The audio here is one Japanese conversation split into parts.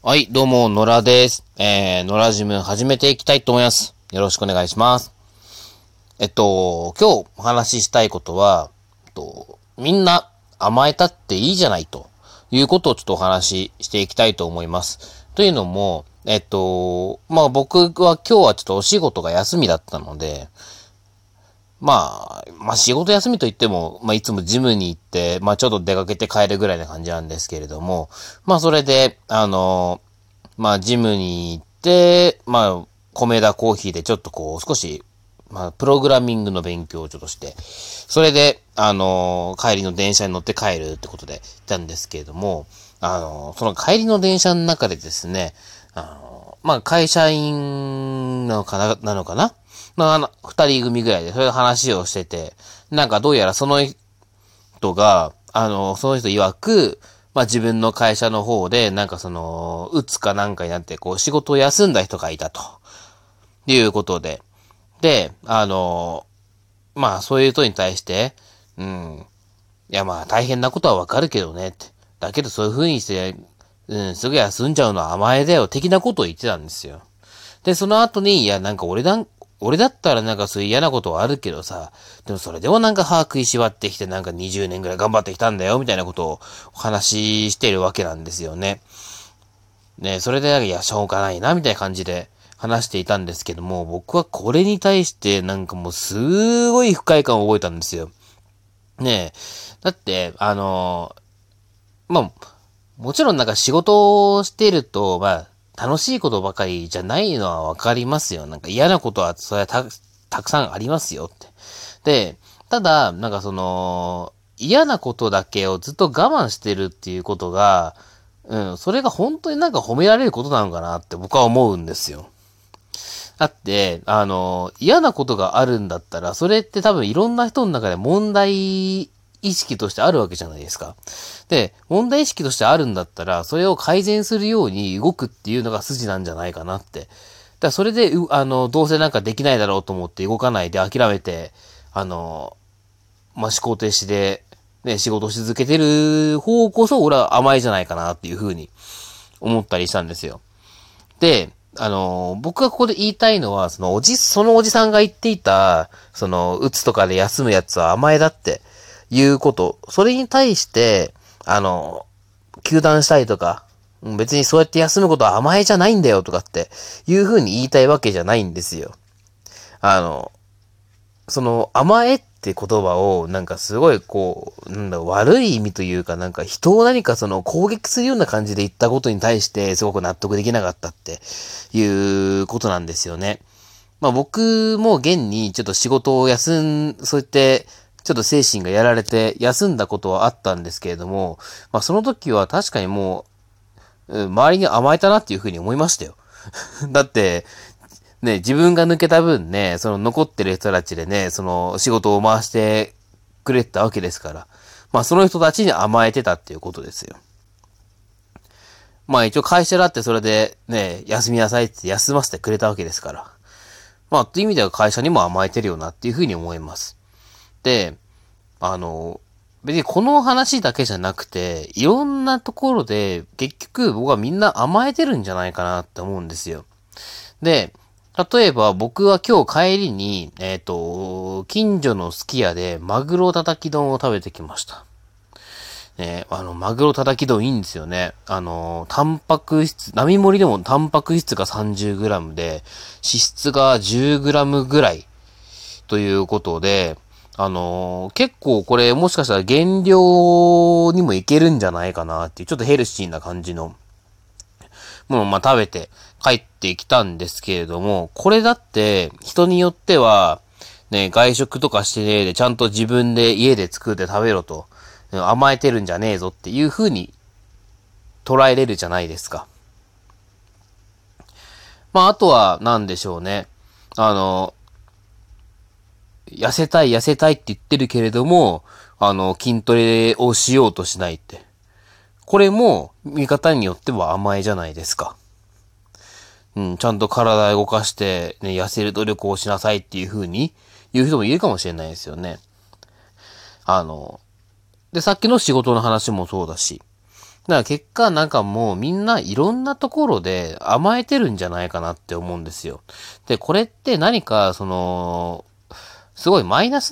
はい、どうも、野良です。野良ジム始めていきたいと思います。よろしくお願いします。今日お話ししたいことは、みんな甘えたっていいじゃないということをちょっとお話ししていきたいと思います。というのも、僕は今日はちょっとお仕事が休みだったので、仕事休みといっても、いつもジムに行って、ちょっと出かけて帰るぐらいな感じなんですけれども、それで、ジムに行って、米田コーヒーでちょっと少し、プログラミングの勉強をちょっとして、それで、帰りの電車に乗って帰るってことで行ったんですけれども、その帰りの電車の中でですね、会社員なのかな二人組ぐらいで、そういう話をしてて、どうやらその人が、その人曰く、自分の会社の方で、うつかなんかになって、仕事を休んだ人がいたと。いうことで。で、そういう人に対して、大変なことはわかるけどねって。だけどそういう風にして、すぐ休んじゃうのは甘えだよ、的なことを言ってたんですよ。で、その後に、俺だったらそういう嫌なことはあるけどさ、でもそれでも歯食いしばってきて20年ぐらい頑張ってきたんだよ、みたいなことをお話ししているわけなんですよね。ね、それでいや、しょうがないな、みたいな感じで話していたんですけども、僕はこれに対してもうすごい不快感を覚えたんですよ。ねえ。だって、もちろん仕事をしていると、楽しいことばかりじゃないのはわかりますよ。嫌なことは、それはたくさんありますよって。で、ただ、嫌なことだけをずっと我慢してるっていうことが、それが本当に褒められることなのかなって僕は思うんですよ。だって、嫌なことがあるんだったら、それって多分いろんな人の中で問題意識としてあるわけじゃないですか。で、問題意識としてあるんだったら、それを改善するように動くっていうのが筋なんじゃないかなって。だからそれで、どうせできないだろうと思って動かないで諦めて、思考停止で、ね、仕事をし続けてる方こそ俺は甘いじゃないかなっていうふうに思ったりしたんですよ。で、僕がここで言いたいのは、そのおじさんが言っていた、うつとかで休むやつは甘えだっていうこと、それに対して、休断したりとか、別にそうやって休むことは甘えじゃないんだよとかっていう風に言いたいわけじゃないんですよ。甘えって言葉を、すごい悪い意味というか、人を攻撃するような感じで言ったことに対して、すごく納得できなかったっていうことなんですよね。僕も現にちょっと仕事をそうやって、ちょっと精神がやられて休んだことはあったんですけれども、その時は確かにもう、周りに甘えたなっていうふうに思いましたよ。だって、ね、自分が抜けた分ね、その残ってる人たちでね、その仕事を回してくれたわけですから。その人たちに甘えてたっていうことですよ。一応会社だってそれでね、休みなさいって休ませてくれたわけですから。という意味では会社にも甘えてるよなっていうふうに思います。で、別にこの話だけじゃなくて、いろんなところで結局僕はみんな甘えてるんじゃないかなって思うんですよ。で、例えば僕は今日帰りに、近所のすき家でマグロ叩き丼を食べてきました。ね、マグロ叩き丼いいんですよね。タンパク質、並盛りでもタンパク質が 30g で、脂質が 10g ぐらいということで、結構これもしかしたら減量にもいけるんじゃないかなっていう、ちょっとヘルシーな感じのものを食べて帰ってきたんですけれども、これだって人によっては、ね、外食とかしてねえでちゃんと自分で家で作って食べろと、甘えてるんじゃねえぞっていう風に捉えれるじゃないですか。あとは何でしょうね。痩せたいって言ってるけれども、筋トレをしようとしないって。これも見方によっては甘えじゃないですか。ちゃんと体を動かして、ね、痩せる努力をしなさいっていう風に言う人もいるかもしれないですよね。で、さっきの仕事の話もそうだし。 から結果なんかもうみんないろんなところで甘えてるんじゃないかなって思うんですよ。で、これって何かすごい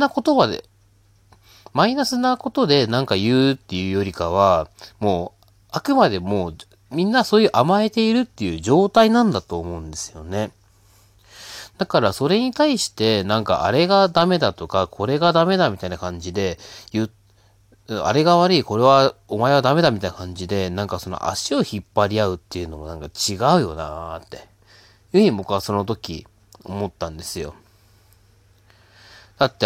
マイナスなことでなんか言うっていうよりかは、もうあくまでもみんなそういう甘えているっていう状態なんだと思うんですよね。だからそれに対してなんかあれがダメだとかこれがダメだみたいな感じであれが悪い、これはお前はダメだみたいな感じでなんかその足を引っ張り合うっていうのもなんか違うよなーっていうふうに僕はその時思ったんですよ。だって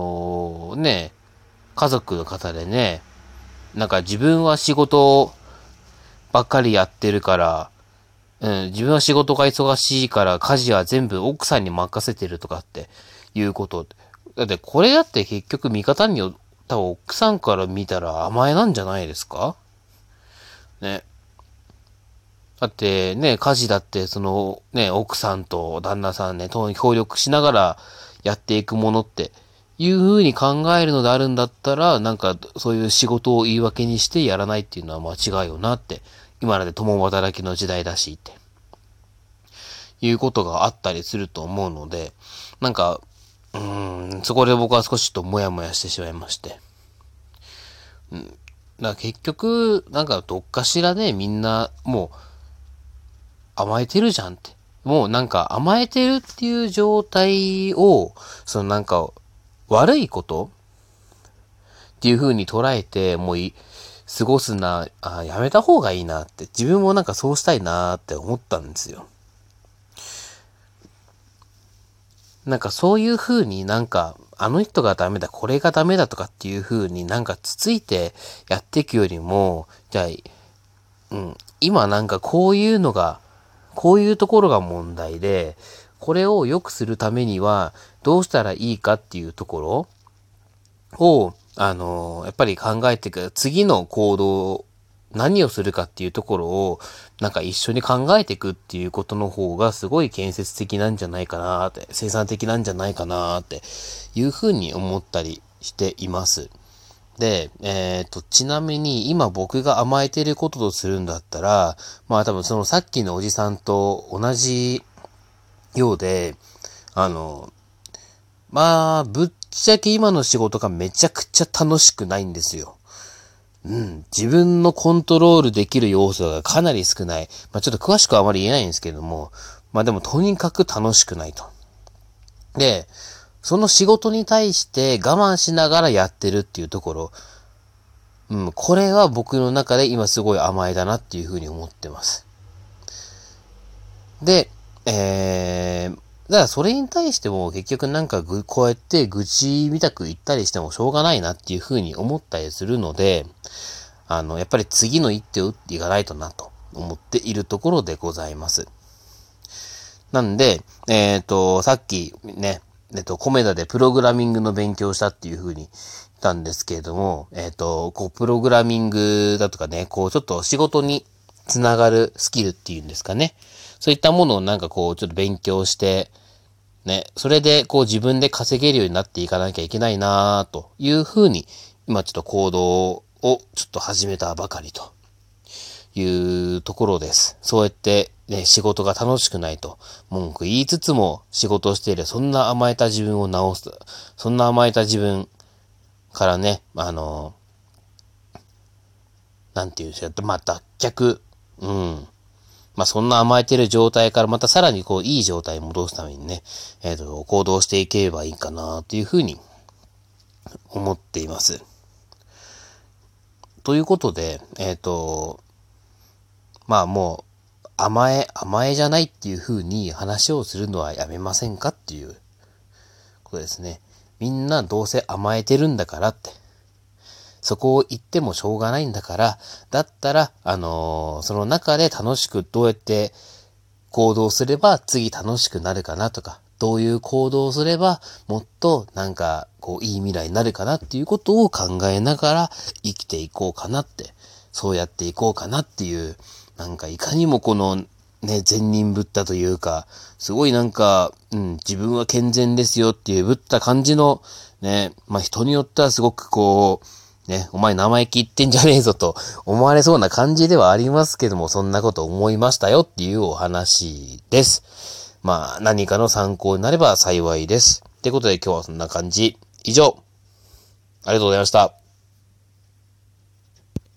家族の方でね、なんか自分は仕事ばっかりやってるから、自分は仕事が忙しいから家事は全部奥さんに任せてるとかっていうこと。だってこれだって結局見方によった奥さんから見たら甘えなんじゃないですかね。だってね、家事だって奥さんと旦那さんね、と協力しながらやっていくものっていう風に考えるのであるんだったら、なんかそういう仕事を言い訳にしてやらないっていうのは間違いよなって。今まで共働きの時代だしって。いうことがあったりすると思うので、なんか、そこで僕は少しともやもやしてしまいまして。だから結局、なんかどっかしらね、みんなもう甘えてるじゃんって。もうなんか甘えてるっていう状態を、なんか悪いことっていう風に捉えて、過ごすな、やめた方がいいなって、自分もなんかそうしたいなって思ったんですよ。なんかそういう風になんか、あの人がダメだ、これがダメだとかっていう風になんかつついてやっていくよりも、じゃあ、今なんかこういうところが問題で、これを良くするためにはどうしたらいいかっていうところを、やっぱり考えていく、次の行動、何をするかっていうところを、なんか一緒に考えていくっていうことの方がすごい建設的なんじゃないかなって、生産的なんじゃないかなっていうふうに思ったりしています。で、ちなみに今僕が甘えてることとするんだったら、まあ多分そのさっきのおじさんと同じようで、あの、まあ、ぶっちゃけ今の仕事がめちゃくちゃ楽しくないんですよ。自分のコントロールできる要素がかなり少ない。まあちょっと詳しくはあまり言えないんですけども、まあでもとにかく楽しくないと。で、その仕事に対して我慢しながらやってるっていうところ、これは僕の中で今すごい甘えだなっていうふうに思ってます。で、だからそれに対しても結局なんかこうやって愚痴みたく言ったりしてもしょうがないなっていうふうに思ったりするので、やっぱり次の一手を打っていかないとなと思っているところでございます。なんで、さっきね、コメダでプログラミングの勉強したっていう風に言ったんですけれども、プログラミングだとかね、ちょっと仕事につながるスキルっていうんですかね。そういったものをなんかちょっと勉強して、ね、それで自分で稼げるようになっていかなきゃいけないなという風に、今ちょっと行動をちょっと始めたばかりというところです。そうやってね、仕事が楽しくないと文句言いつつも仕事をしている、そんな甘えた自分を直す。そんな甘えた自分からね、なんていうんですか、脱却。そんな甘えてる状態からまたさらにいい状態に戻すためにね、行動していければいいかなというふうに思っています。ということで、もう、甘えじゃないっていう風に話をするのはやめませんかっていうことですね。みんなどうせ甘えてるんだからって。そこを言ってもしょうがないんだから、だったら、その中で楽しくどうやって行動すれば次楽しくなるかなとか、どういう行動をすればもっとなんかいい未来になるかなっていうことを考えながら生きていこうかなって、そうやっていこうかなっていう、なんかいかにもね、善人ぶったというか、すごいなんか、自分は健全ですよっていうぶった感じの、ね、人によってはすごくね、お前生意気言ってんじゃねえぞと思われそうな感じではありますけども、そんなこと思いましたよっていうお話です。まあ、何かの参考になれば幸いです。ってことで今日はそんな感じ。以上。ありがとうございました。